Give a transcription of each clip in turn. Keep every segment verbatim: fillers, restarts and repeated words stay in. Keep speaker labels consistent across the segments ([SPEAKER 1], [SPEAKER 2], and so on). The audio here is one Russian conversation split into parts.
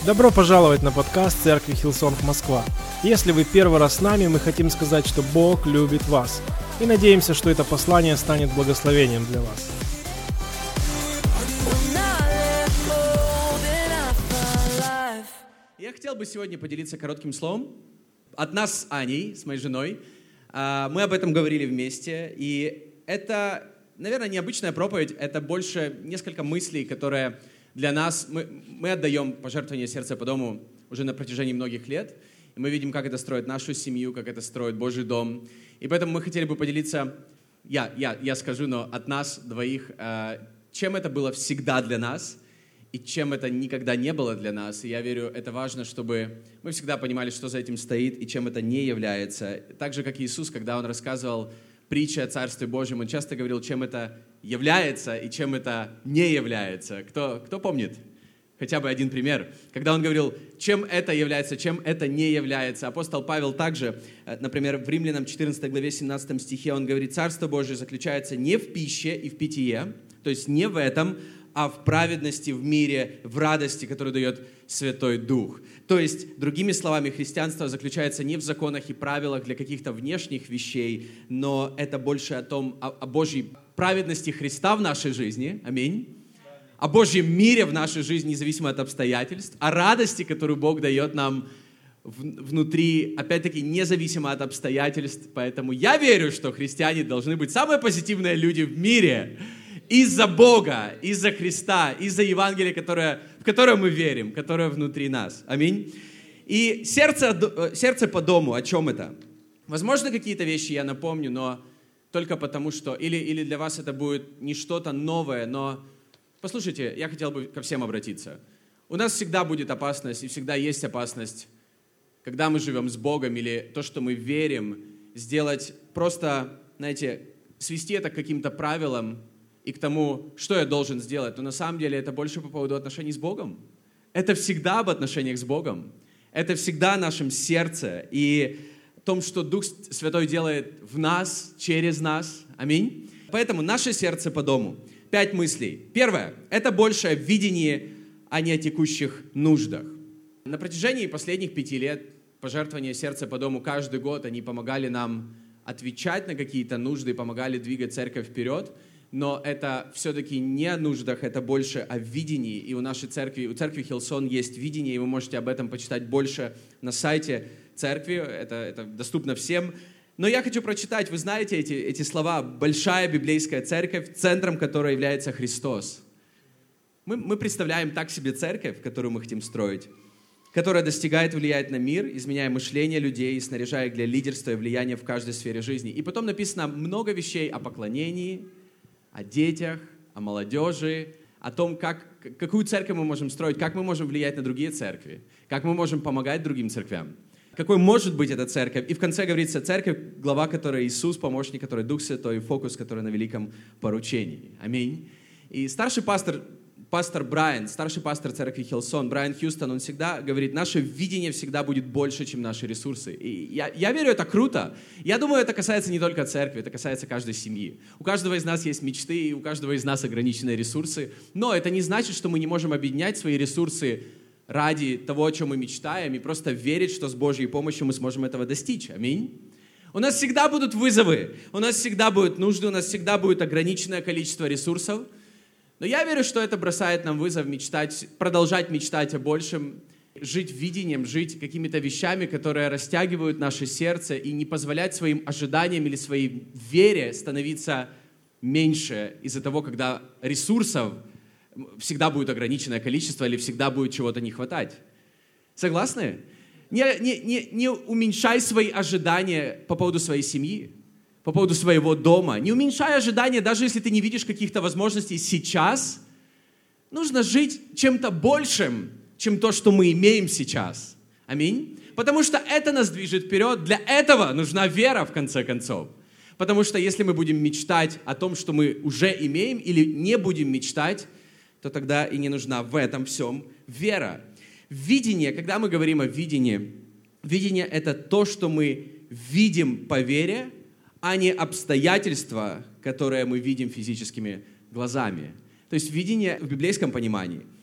[SPEAKER 1] Добро пожаловать на подкаст Церкви Хиллсонг Москва. Если вы первый раз с нами, мы хотим сказать, что Бог любит вас. И надеемся, что это послание станет благословением для вас.
[SPEAKER 2] Я хотел бы сегодня поделиться коротким словом от нас с Аней, с моей женой. Мы об этом говорили вместе, и это, наверное, необычная проповедь, это больше несколько мыслей, которые для нас, мы, мы отдаем пожертвование сердца по дому уже на протяжении многих лет, и мы видим, как это строит нашу семью, как это строит Божий дом, и поэтому мы хотели бы поделиться, я, я, я скажу, но от нас двоих, чем это было всегда для нас, и чем это никогда не было для нас. И я верю, это важно, чтобы мы всегда понимали, что за этим стоит и чем это не является. Так же, как Иисус, когда Он рассказывал притчи о Царстве Божьем, Он часто говорил, чем это является и чем это не является. Кто, кто помнит? Хотя бы один пример. Когда Он говорил, чем это является, чем это не является. Апостол Павел также, например, в Римлянам четырнадцатой главе семнадцатом стихе, он говорит, Царство Божие заключается не в пище и в питье, то есть не в этом, а в праведности, в мире, в радости, которую дает Святой Дух. То есть, другими словами, христианство заключается не в законах и правилах для каких-то внешних вещей, но это больше о том, о, о Божьей праведности Христа в нашей жизни, аминь, о Божьем мире в нашей жизни, независимо от обстоятельств, о радости, которую Бог дает нам в, внутри, опять-таки, независимо от обстоятельств. Поэтому я верю, что христиане должны быть самые позитивные люди в мире, из-за Бога, из-за Христа, из-за Евангелия, которое, в которое мы верим, которое внутри нас. Аминь. И сердце, сердце по дому, о чем это? Возможно, какие-то вещи я напомню, но только потому, что... Или, или для вас это будет не что-то новое, но... Послушайте, я хотел бы ко всем обратиться. У нас всегда будет опасность, и всегда есть опасность, когда мы живем с Богом, или то, что мы верим, сделать просто, знаете, свести это к каким-то правилам, и к тому, что я должен сделать. Но на самом деле это больше по поводу отношений с Богом. Это всегда об отношениях с Богом. Это всегда о нашем сердце и о том, что Дух Святой делает в нас, через нас. Аминь. Поэтому наше сердце по дому. Пять мыслей. Первое. Это больше о видении, а не о текущих нуждах. На протяжении последних пяти лет пожертвования сердца по дому каждый год, они помогали нам отвечать на какие-то нужды, помогали двигать церковь вперед. Но это все-таки не о нуждах, это больше о видении. И у нашей церкви, у церкви Хиллсон есть видение, и вы можете об этом почитать больше на сайте церкви. Это, это доступно всем. Но я хочу прочитать, вы знаете эти, эти слова. Большая библейская церковь, центром которой является Христос. Мы, мы представляем так себе церковь, которую мы хотим строить, которая достигает, влияет на мир, изменяя мышление людей, снаряжая их для лидерства и влияния в каждой сфере жизни. И потом написано много вещей о поклонении, о детях, о молодежи, о том, как, какую церковь мы можем строить, как мы можем влиять на другие церкви, как мы можем помогать другим церквям, какой может быть эта церковь. И в конце говорится, церковь, глава которой Иисус, помощник, который Дух Святой, фокус, который на великом поручении. Аминь. И старший пастор, пастор Брайан, старший пастор церкви Хиллсон, Брайан Хьюстон, он всегда говорит, наше видение всегда будет больше, чем наши ресурсы. И я, я верю, это круто. Я думаю, это касается не только церкви, это касается каждой семьи. У каждого из нас есть мечты, и у каждого из нас ограниченные ресурсы. Но это не значит, что мы не можем объединять свои ресурсы ради того, о чем мы мечтаем, и просто верить, что с Божьей помощью мы сможем этого достичь. Аминь. У нас всегда будут вызовы, у нас всегда будут нужды, у нас всегда будет ограниченное количество ресурсов. Но я верю, что это бросает нам вызов мечтать, продолжать мечтать о большем, жить видением, жить какими-то вещами, которые растягивают наше сердце, и не позволять своим ожиданиям или своей вере становиться меньше из-за того, когда ресурсов всегда будет ограниченное количество или всегда будет чего-то не хватать. Согласны? Не, не, не, не уменьшай свои ожидания по поводу своей семьи, по поводу своего дома. Не уменьшай ожидания, даже если ты не видишь каких-то возможностей сейчас. Нужно жить чем-то большим, чем то, что мы имеем сейчас. Аминь. Потому что это нас движет вперед. Для этого нужна вера, в конце концов. Потому что если мы будем мечтать о том, что мы уже имеем, или не будем мечтать, то тогда и не нужна в этом всем вера. Видение, когда мы говорим о видении, видение — это то, что мы видим по вере, а не обстоятельства, которые мы видим физическими глазами. То есть видение в библейском понимании.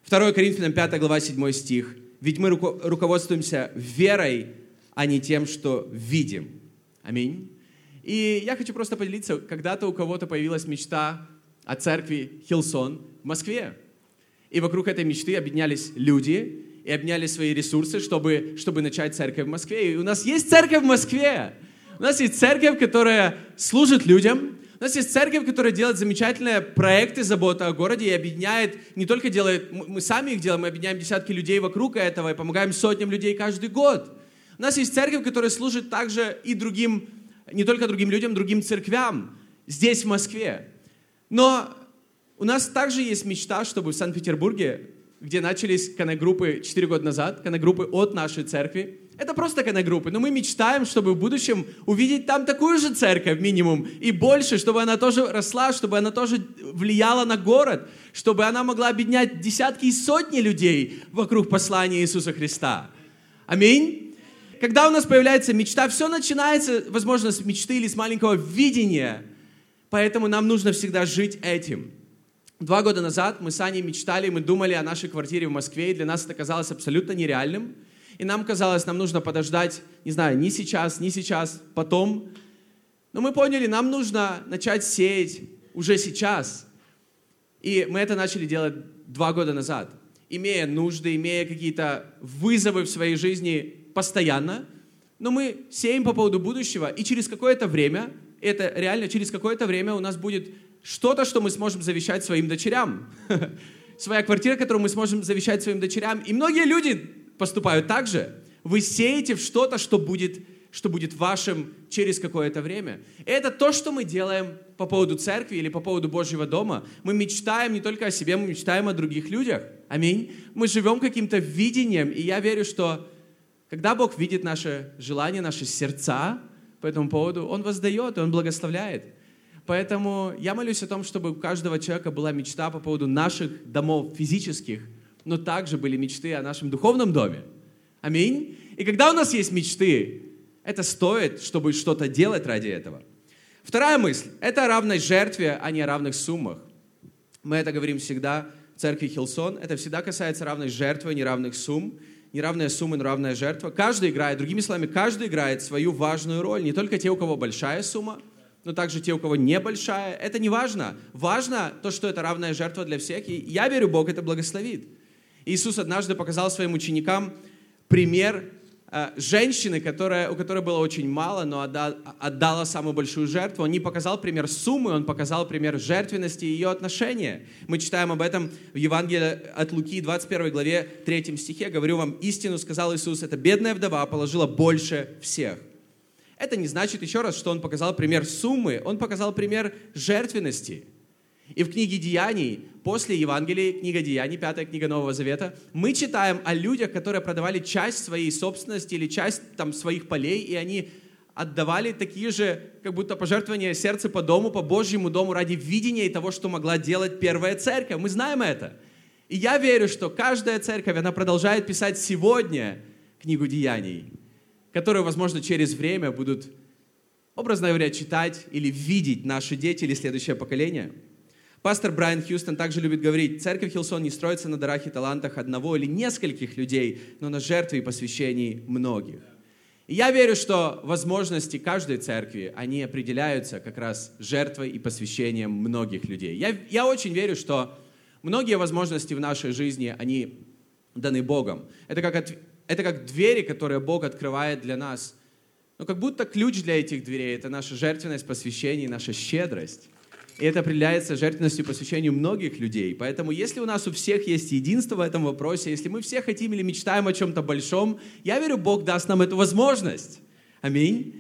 [SPEAKER 2] второе Коринфянам пятая глава, седьмой стих. «Ведь мы руко- руководствуемся верой, а не тем, что видим». Аминь. И я хочу просто поделиться, когда-то у кого-то появилась мечта о церкви Хиллсон в Москве. И вокруг этой мечты объединялись люди и объединяли свои ресурсы, чтобы, чтобы начать церковь в Москве. И у нас есть церковь в Москве. У нас есть церковь, которая служит людям. У нас есть церковь, которая делает замечательные проекты заботы о городе и объединяет, не только делает, мы сами их делаем, мы объединяем десятки людей вокруг этого и помогаем сотням людей каждый год. У нас есть церковь, которая служит также и другим, не только другим людям, другим церквям здесь, в Москве. Но у нас также есть мечта, чтобы в Санкт-Петербурге, где начались коннект-группы четыре года назад, коннект-группы от нашей церкви, это просто коннект-группы, но мы мечтаем, чтобы в будущем увидеть там такую же церковь минимум и больше, чтобы она тоже росла, чтобы она тоже влияла на город, чтобы она могла объединять десятки и сотни людей вокруг послания Иисуса Христа. Аминь. Когда у нас появляется мечта, все начинается, возможно, с мечты или с маленького видения, поэтому нам нужно всегда жить этим. Два года назад мы с Аней мечтали, мы думали о нашей квартире в Москве, и для нас это казалось абсолютно нереальным. И нам казалось, нам нужно подождать, не знаю, не сейчас, не сейчас, потом. Но мы поняли, нам нужно начать сеять уже сейчас. И мы это начали делать два года назад. Имея нужды, имея какие-то вызовы в своей жизни постоянно. Но мы сеем по поводу будущего, и через какое-то время, это реально, через какое-то время у нас будет что-то, что мы сможем завещать своим дочерям. Своя квартира, которую мы сможем завещать своим дочерям. И многие люди поступают так же. Вы сеете в что-то, что будет, что будет вашим через какое-то время. И это то, что мы делаем по поводу церкви или по поводу Божьего дома. Мы мечтаем не только о себе, мы мечтаем о других людях. Аминь. Мы живем каким-то видением, и я верю, что когда Бог видит наши желания, наши сердца по этому поводу, Он воздает, и Он благословляет. Поэтому я молюсь о том, чтобы у каждого человека была мечта по поводу наших домов физических, но также были мечты о нашем духовном доме. Аминь. И когда у нас есть мечты, это стоит, чтобы что-то делать ради этого. Вторая мысль. Это о равной жертве, а не о равных суммах. Мы это говорим всегда в церкви Хиллсон. Это всегда касается равной жертвы, а не равных сумм. Не равная сумма, но равная жертва. Каждый играет, другими словами, каждый играет свою важную роль. Не только те, у кого большая сумма, но также те, у кого небольшая. Это не важно. Важно то, что это равная жертва для всех. И я верю, Бог это благословит. Иисус однажды показал своим ученикам пример э, женщины, которая, у которой было очень мало, но отда, отдала самую большую жертву. Он не показал пример суммы, он показал пример жертвенности и ее отношения. Мы читаем об этом в Евангелии от Луки, двадцать первой главе, третьем стихе. «Говорю вам истину, сказал Иисус, эта бедная вдова положила больше всех». Это не значит еще раз, что он показал пример суммы, он показал пример жертвенности. И в книге Деяний, после Евангелия, книга Деяний, пятая книга Нового Завета, мы читаем о людях, которые продавали часть своей собственности или часть там, своих полей, и они отдавали такие же, как будто пожертвования сердца по дому, по Божьему дому ради видения и того, что могла делать первая церковь. Мы знаем это. И я верю, что каждая церковь, она продолжает писать сегодня книгу Деяний, которую, возможно, через время будут, образно говоря, читать или видеть наши дети или следующее поколение. Пастор Брайан Хьюстон также любит говорить, церковь Хиллсон не строится на дарах и талантах одного или нескольких людей, но на жертве и посвящении многих. И я верю, что возможности каждой церкви, они определяются как раз жертвой и посвящением многих людей. Я, я очень верю, что многие возможности в нашей жизни, они даны Богом. Это как, от, это как двери, которые Бог открывает для нас. Но как будто ключ для этих дверей – это наша жертвенность, посвящение и наша щедрость. И это определяется жертвенностью и посвящению многих людей. Поэтому если у нас у всех есть единство в этом вопросе, если мы все хотим или мечтаем о чем-то большом, я верю, Бог даст нам эту возможность. Аминь.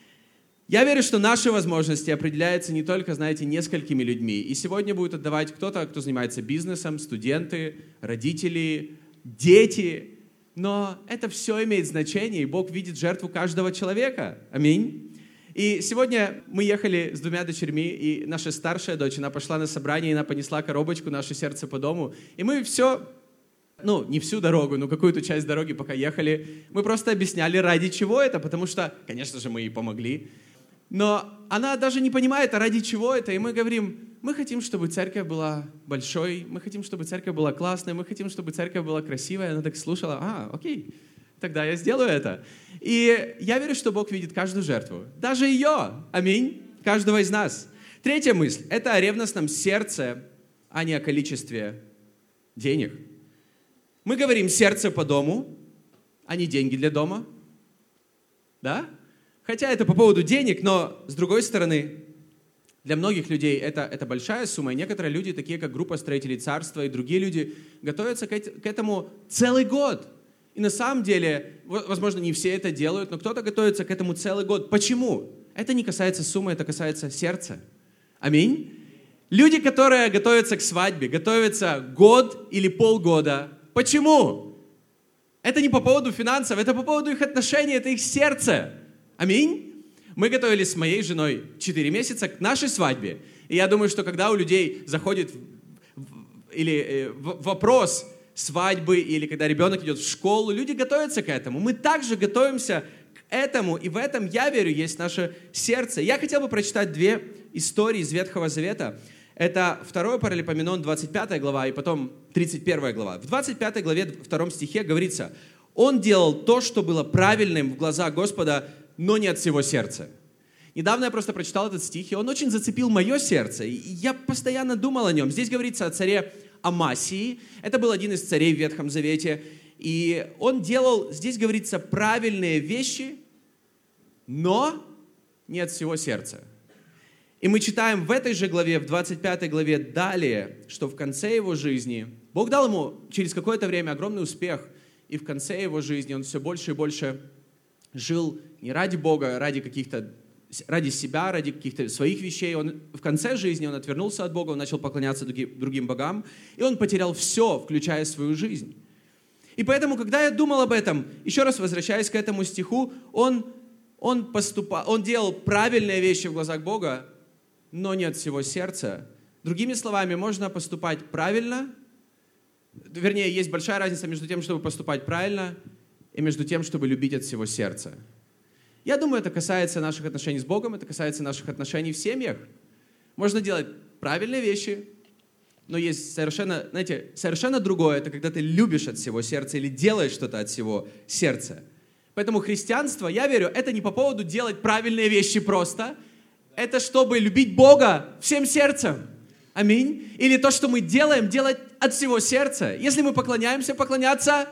[SPEAKER 2] Я верю, что наши возможности определяются не только, знаете, несколькими людьми. И сегодня будет отдавать кто-то, кто занимается бизнесом, студенты, родители, дети. Но это все имеет значение, и Бог видит жертву каждого человека. Аминь. И сегодня мы ехали с двумя дочерьми, и наша старшая дочь, она пошла на собрание, и она понесла коробочку «Наше сердце по дому». И мы все, ну, не всю дорогу, но какую-то часть дороги, пока ехали, мы просто объясняли, ради чего это, потому что, конечно же, мы ей помогли. но она даже не понимает, а ради чего это. И мы говорим, мы хотим, чтобы церковь была большой, мы хотим, чтобы церковь была классной, мы хотим, чтобы церковь была красивой. Она так слушала, а, окей, тогда я сделаю это. И я верю, что Бог видит каждую жертву, даже ее, аминь, каждого из нас. Третья мысль – это о ревностном сердце, а не о количестве денег. Мы говорим сердце по дому, а не деньги для дома. Да? Хотя это по поводу денег, но с другой стороны, для многих людей это, это большая сумма. И некоторые люди, такие как группа строителей царства и другие люди, готовятся к этому целый год. И на самом деле, возможно, не все это делают, но кто-то готовится к этому целый год. Почему? Это не касается суммы, это касается сердца. Аминь. Люди, которые готовятся к свадьбе, готовятся год или полгода. Почему? Это не по поводу финансов, это по поводу их отношений, это их сердце. Аминь. Мы готовились с моей женой четыре месяца к нашей свадьбе. И я думаю, что когда у людей заходит или э, вопрос свадьбы, или когда ребенок идет в школу, люди готовятся к этому. Мы также готовимся к этому, и в этом, я верю, есть наше сердце. Я хотел бы прочитать две истории из Ветхого Завета. Это второе Паралипоменон, двадцать пятая глава, и потом тридцать первая глава. В двадцать пятой главе, втором стихе говорится, «Он делал то, что было правильным в глазах Господа, но не от всего сердца». Недавно я просто прочитал этот стих, и он очень зацепил мое сердце, и я постоянно думал о нем. Здесь говорится о царе Амасии. Это был один из царей в Ветхом Завете. И он делал, здесь говорится, правильные вещи, но не от всего сердца. И мы читаем в этой же главе, в двадцать пятой главе далее, что в конце его жизни, Бог дал ему через какое-то время огромный успех, и в конце его жизни он все больше и больше жил не ради Бога, ради каких-то, ради себя, ради каких-то своих вещей. Он, в конце жизни он отвернулся от Бога, он начал поклоняться другим, другим богам, и он потерял все, включая свою жизнь. И поэтому, когда я думал об этом, еще раз возвращаясь к этому стиху, он, он, поступал, он делал правильные вещи в глазах Бога, но не от всего сердца. Другими словами, можно поступать правильно, вернее, есть большая разница между тем, чтобы поступать правильно, и между тем, чтобы любить от всего сердца. Я думаю, это касается наших отношений с Богом, это касается наших отношений в семьях. Можно делать правильные вещи, но есть совершенно, знаете, совершенно другое, это когда ты любишь от всего сердца или делаешь что-то от всего сердца. Поэтому христианство, я верю, это не по поводу делать правильные вещи просто, это чтобы любить Бога всем сердцем. Аминь. Или то, что мы делаем, делать от всего сердца. Если мы поклоняемся, поклоняться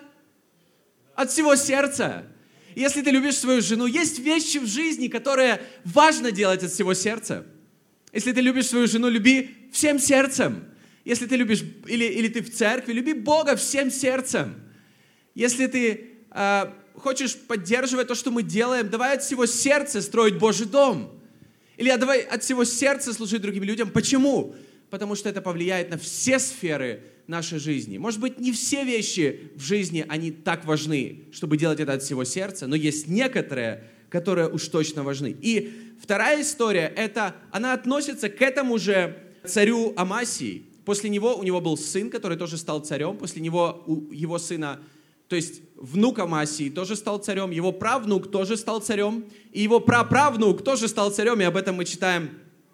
[SPEAKER 2] от всего сердца. Если ты любишь свою жену, есть вещи в жизни, которые важно делать от всего сердца. Если ты любишь свою жену, люби всем сердцем. Если ты любишь, или, или ты в церкви, люби Бога всем сердцем. Если ты э, хочешь поддерживать то, что мы делаем, давай от всего сердца строить Божий дом. Или а давай от всего сердца служить другим людям. Почему? Потому что это повлияет на все сферы нашей жизни. Может быть, не все вещи в жизни, они так важны, чтобы делать это от всего сердца, но есть некоторые, которые уж точно важны. И вторая история, это, она относится к этому же царю Амасии. После него, у него был сын, который тоже стал царем. После него у его сына, то есть внук Амасии тоже стал царем. Его правнук тоже стал царем. И его праправнук тоже стал царем. И об этом мы читаем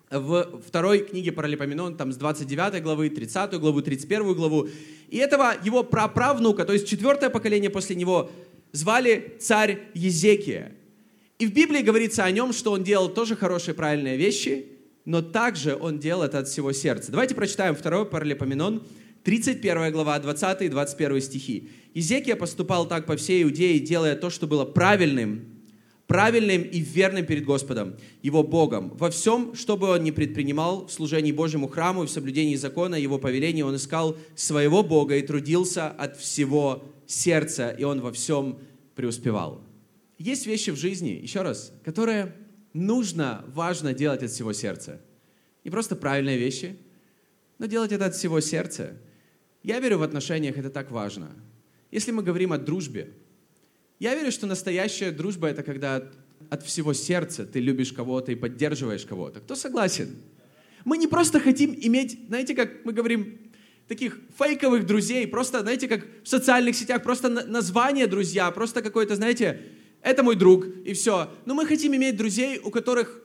[SPEAKER 2] в второй книге Паралипоменон, там с двадцать девятой главы, тридцатой главу, тридцать первую главу. И этого его праправнука, то есть четвертое поколение после него, звали царь Езекия. И в Библии говорится о нем, что он делал тоже хорошие, правильные вещи, но также он делал это от всего сердца. Давайте прочитаем второй Паралипоменон, тридцать первая глава, двадцатый и двадцать первый стихи. «Езекия поступал так по всей Иудее, делая то, что было правильным, правильным и верным перед Господом, Его Богом. Во всем, что бы он ни предпринимал в служении Божьему храму и в соблюдении закона, Его повелений, он искал своего Бога и трудился от всего сердца, и он во всем преуспевал». Есть вещи в жизни, еще раз, которые нужно, важно делать от всего сердца. Не просто правильные вещи, но делать это от всего сердца. Я верю, в отношениях это так важно. Если мы говорим о дружбе, я верю, что настоящая дружба — это когда от, от всего сердца ты любишь кого-то и поддерживаешь кого-то. Кто согласен? Мы не просто хотим иметь, знаете, как мы говорим, таких фейковых друзей, просто, знаете, как в социальных сетях, просто название друзья, просто какой-то, знаете, это мой друг, и все. Но мы хотим иметь друзей, у которых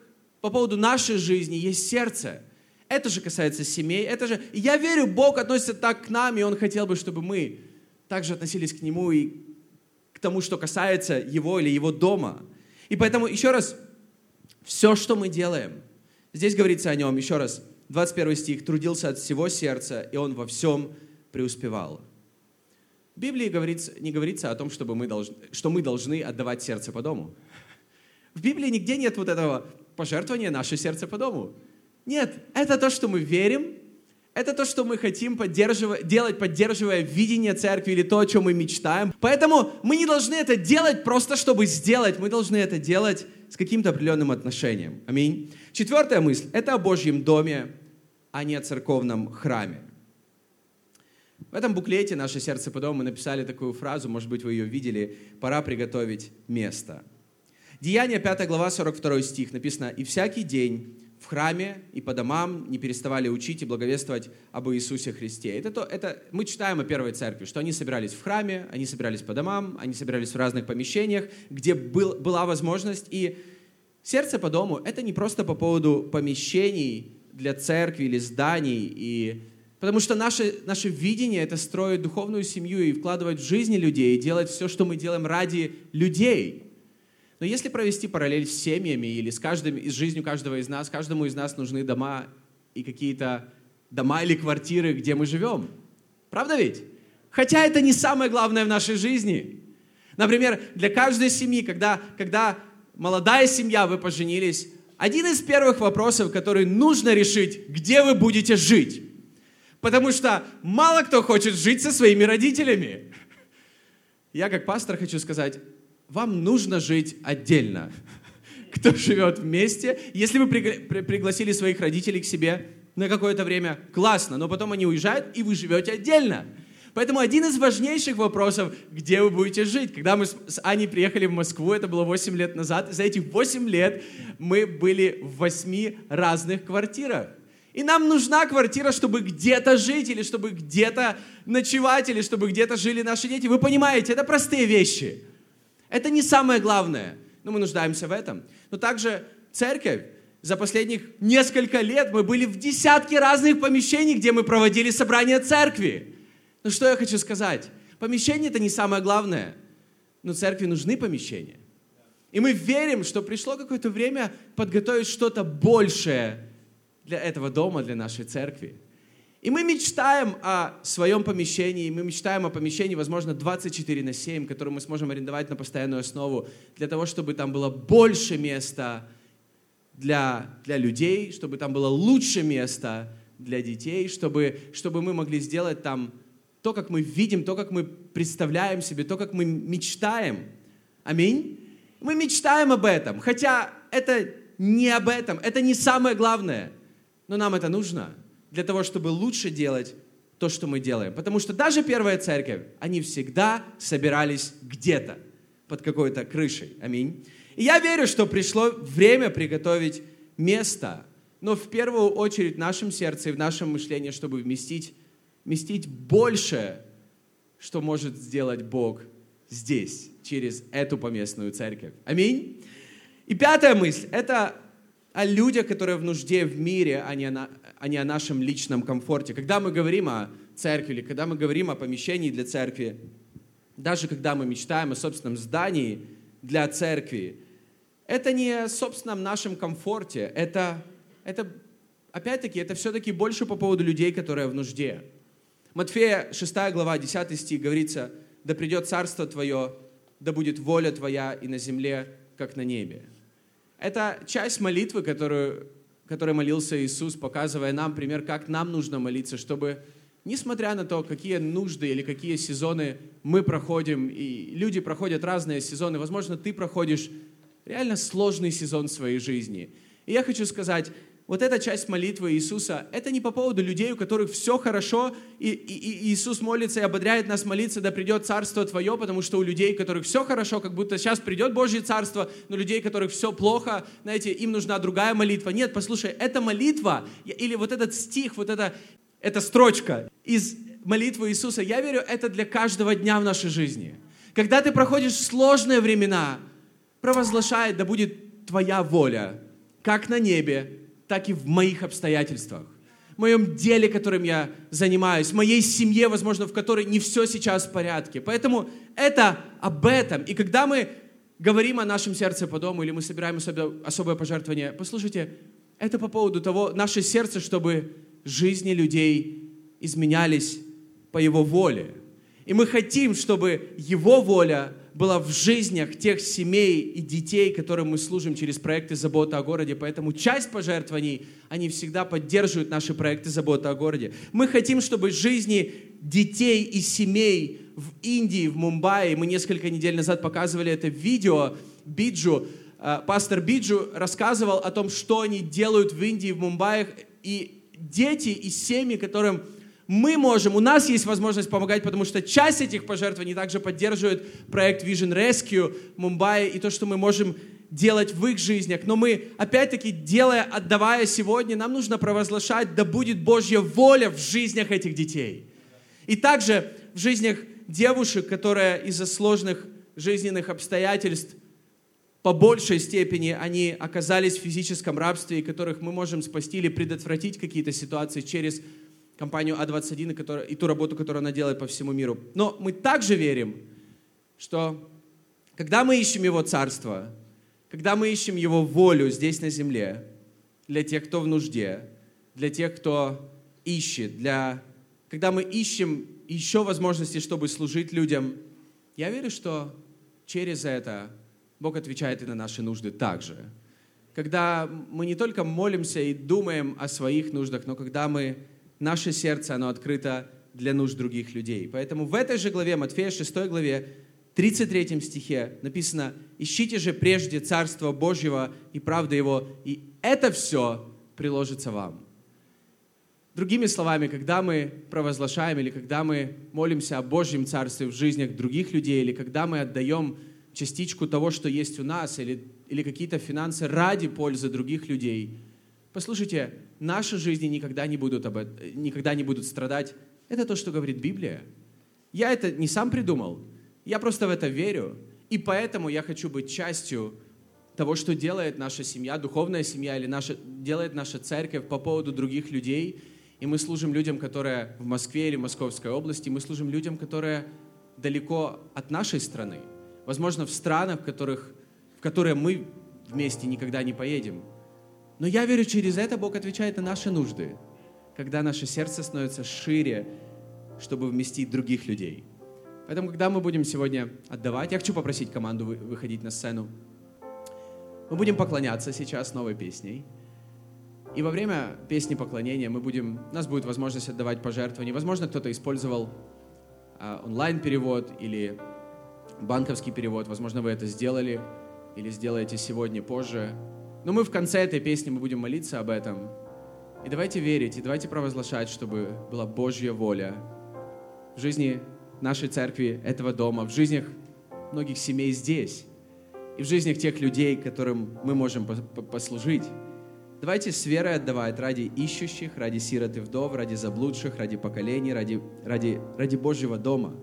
[SPEAKER 2] по поводу нашей жизни есть сердце. Это же касается семей, это же... Я верю, Бог относится так к нам, и Он хотел бы, чтобы мы также относились к Нему и к тому, что касается Его или Его дома. И поэтому, еще раз, все, что мы делаем, здесь говорится о Нем, еще раз, двадцать первый стих, трудился от всего сердца, и Он во всем преуспевал. В Библии говорится, не говорится о том, чтобы мы должны, что мы должны отдавать сердце по дому. В Библии нигде нет вот этого пожертвования наше сердце по дому. Нет, это то, что мы верим, это то, что мы хотим поддерживать, делать, поддерживая видение церкви или то, о чем мы мечтаем. Поэтому мы не должны это делать просто, чтобы сделать. Мы должны это делать с каким-то определенным отношением. Аминь. Четвертая мысль – это о Божьем доме, а не о церковном храме. В этом буклете «Наше сердце по дому» мы написали такую фразу, может быть, вы ее видели: «Пора приготовить место». Деяния, пятая глава, сорок второй стих, написано: «И всякий день в храме и по домам не переставали учить и благовествовать об Иисусе Христе». Это, то, это мы читаем о первой церкви, что они собирались в храме, они собирались по домам, они собирались в разных помещениях, где был, была возможность. И сердце по дому – это не просто по поводу помещений для церкви или зданий, и потому что наше, наше видение – это строить духовную семью и вкладывать в жизни людей, и делать все, что мы делаем ради людей. Но если провести параллель с семьями или с, каждым, с жизнью каждого из нас, каждому из нас нужны дома и какие-то дома или квартиры, где мы живем. Правда ведь? Хотя это не самое главное в нашей жизни. Например, для каждой семьи, когда, когда молодая семья, вы поженились, один из первых вопросов, который нужно решить, где вы будете жить. Потому что мало кто хочет жить со своими родителями. Я как пастор хочу сказать, вам нужно жить отдельно. Кто живет вместе, если вы пригласили своих родителей к себе на какое-то время, классно, но потом они уезжают, и вы живете отдельно. Поэтому один из важнейших вопросов, где вы будете жить. Когда мы с Аней приехали в Москву, это было восемь лет назад, за эти восемь лет мы были в восьми разных квартирах. И нам нужна квартира, чтобы где-то жить, или чтобы где-то ночевать, или чтобы где-то жили наши дети. Вы понимаете, это простые вещи. Это не самое главное, но мы нуждаемся в этом. Но также церковь. За последних несколько лет мы были в десятке разных помещений, где мы проводили собрания церкви. Но что я хочу сказать? Помещение – это не самое главное, но церкви нужны помещения. И мы верим, что пришло какое-то время подготовить что-то большее для этого дома, для нашей церкви. И мы мечтаем о своем помещении, мы мечтаем о помещении, возможно, двадцать четыре на семь, которое мы сможем арендовать на постоянную основу, для того, чтобы там было больше места для, для людей, чтобы там было лучше место для детей, чтобы, чтобы мы могли сделать там то, как мы видим, то, как мы представляем себе, то, как мы мечтаем. Аминь. Мы мечтаем об этом, хотя это не об этом, это не самое главное. Но нам это нужно для того, чтобы лучше делать то, что мы делаем. Потому что даже первая церковь, они всегда собирались где-то, под какой-то крышей. Аминь. И я верю, что пришло время приготовить место, но в первую очередь в нашем сердце и в нашем мышлении, чтобы вместить, вместить больше, что может сделать Бог здесь, через эту поместную церковь. Аминь. И пятая мысль – это о людях, которые в нужде в мире, а не, о, а не о нашем личном комфорте. Когда мы говорим о церкви, или когда мы говорим о помещении для церкви, даже когда мы мечтаем о собственном здании для церкви, это не о собственном нашем комфорте, это, это опять-таки, это все-таки больше по поводу людей, которые в нужде. Матфея шестая глава, десятый стих говорится: «Да придет царство Твое, да будет воля Твоя и на земле, как на небе». Это часть молитвы, которую, которой молился Иисус, показывая нам пример, как нам нужно молиться, чтобы, несмотря на то, какие нужды или какие сезоны мы проходим, и люди проходят разные сезоны, возможно, ты проходишь реально сложный сезон своей жизни. И я хочу сказать, вот эта часть молитвы Иисуса, это не по поводу людей, у которых все хорошо, и, и, и Иисус молится и ободряет нас молиться: да придет царство Твое, потому что у людей, у которых все хорошо, как будто сейчас придет Божье царство, но людей, у которых все плохо, знаете, им нужна другая молитва. Нет, послушай, эта молитва, или вот этот стих, вот эта, эта строчка из молитвы Иисуса, я верю, это для каждого дня в нашей жизни. Когда ты проходишь сложные времена, провозглашай: да будет Твоя воля, как на небе, так и в моих обстоятельствах. В моем деле, которым я занимаюсь, в моей семье, возможно, в которой не все сейчас в порядке. Поэтому это об этом. И когда мы говорим о нашем сердце по дому, или мы собираем особое, особое пожертвование, послушайте, это по поводу того, наше сердце, чтобы жизни людей изменялись по Его воле. И мы хотим, чтобы Его воля была в жизнях тех семей и детей, которым мы служим через проекты «Забота о городе». Поэтому часть пожертвований, они всегда поддерживают наши проекты «Забота о городе». Мы хотим, чтобы жизни детей и семей в Индии, в Мумбаи, мы несколько недель назад показывали это видео, Биджу, пастор Биджу рассказывал о том, что они делают в Индии, в Мумбаи, и дети и семьи, которым мы можем, у нас есть возможность помогать, потому что часть этих пожертвований также поддерживает проект Vision Rescue в Мумбаи и то, что мы можем делать в их жизнях. Но мы, опять-таки, делая, отдавая сегодня, нам нужно провозглашать, да будет Божья воля в жизнях этих детей. И также в жизнях девушек, которые из-за сложных жизненных обстоятельств по большей степени они оказались в физическом рабстве, и которых мы можем спасти или предотвратить какие-то ситуации через компанию А двадцать один и, которая, и ту работу, которую она делает по всему миру. Но мы также верим, что когда мы ищем Его Царство, когда мы ищем Его волю здесь на земле, для тех, кто в нужде, для тех, кто ищет, для... когда мы ищем еще возможности, чтобы служить людям, я верю, что через это Бог отвечает и на наши нужды также. Когда мы не только молимся и думаем о своих нуждах, но когда мы наше сердце, оно открыто для нужд других людей. Поэтому в этой же главе, Матфея шестой главе, тридцать третьем стихе написано: «Ищите же прежде Царство Божьего и правды Его, и это все приложится вам». Другими словами, когда мы провозглашаем или когда мы молимся о Божьем Царстве в жизнях других людей, или когда мы отдаем частичку того, что есть у нас, или, или какие-то финансы ради пользы других людей, послушайте, наши жизни никогда не будут, об этом, никогда не будут страдать. Это то, что говорит Библия. Я это не сам придумал. Я просто в это верю. И поэтому я хочу быть частью того, что делает наша семья, духовная семья, или наша, делает наша церковь по поводу других людей. И мы служим людям, которые в Москве или Московской области. Мы служим людям, которые далеко от нашей страны. Возможно, в странах, в, которых, в которые мы вместе никогда не поедем. Но я верю, через это Бог отвечает на наши нужды, когда наше сердце становится шире, чтобы вместить других людей. Поэтому, когда мы будем сегодня отдавать, я хочу попросить команду выходить на сцену. Мы будем поклоняться сейчас новой песней. И во время песни поклонения мы будем, у нас будет возможность отдавать пожертвования. Возможно, кто-то использовал а, онлайн-перевод или банковский перевод. Возможно, вы это сделали или сделаете сегодня, позже. Но мы в конце этой песни мы будем молиться об этом. И давайте верить, и давайте провозглашать, чтобы была Божья воля в жизни нашей церкви, этого дома, в жизнях многих семей здесь, и в жизнях тех людей, которым мы можем послужить. Давайте с верой отдавать ради ищущих, ради сирот и вдов, ради заблудших, ради поколений, ради, ради, ради Божьего дома.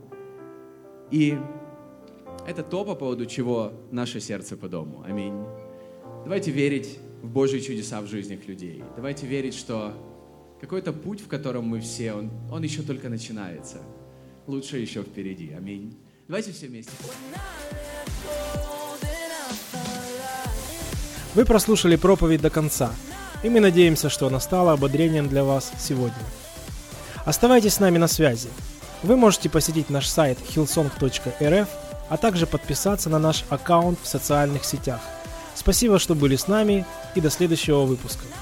[SPEAKER 2] И это то, по поводу чего наше сердце по дому. Аминь. Давайте верить в Божьи чудеса в жизнях людей. Давайте верить, что какой-то путь, в котором мы все, он, он еще только начинается. Лучше еще впереди. Аминь. Давайте все вместе.
[SPEAKER 1] Вы прослушали проповедь до конца, и мы надеемся, что она стала ободрением для вас сегодня. Оставайтесь с нами на связи. Вы можете посетить наш сайт хиллсонг точка эр эф, а также подписаться на наш аккаунт в социальных сетях. Спасибо, что были с нами, и до следующего выпуска.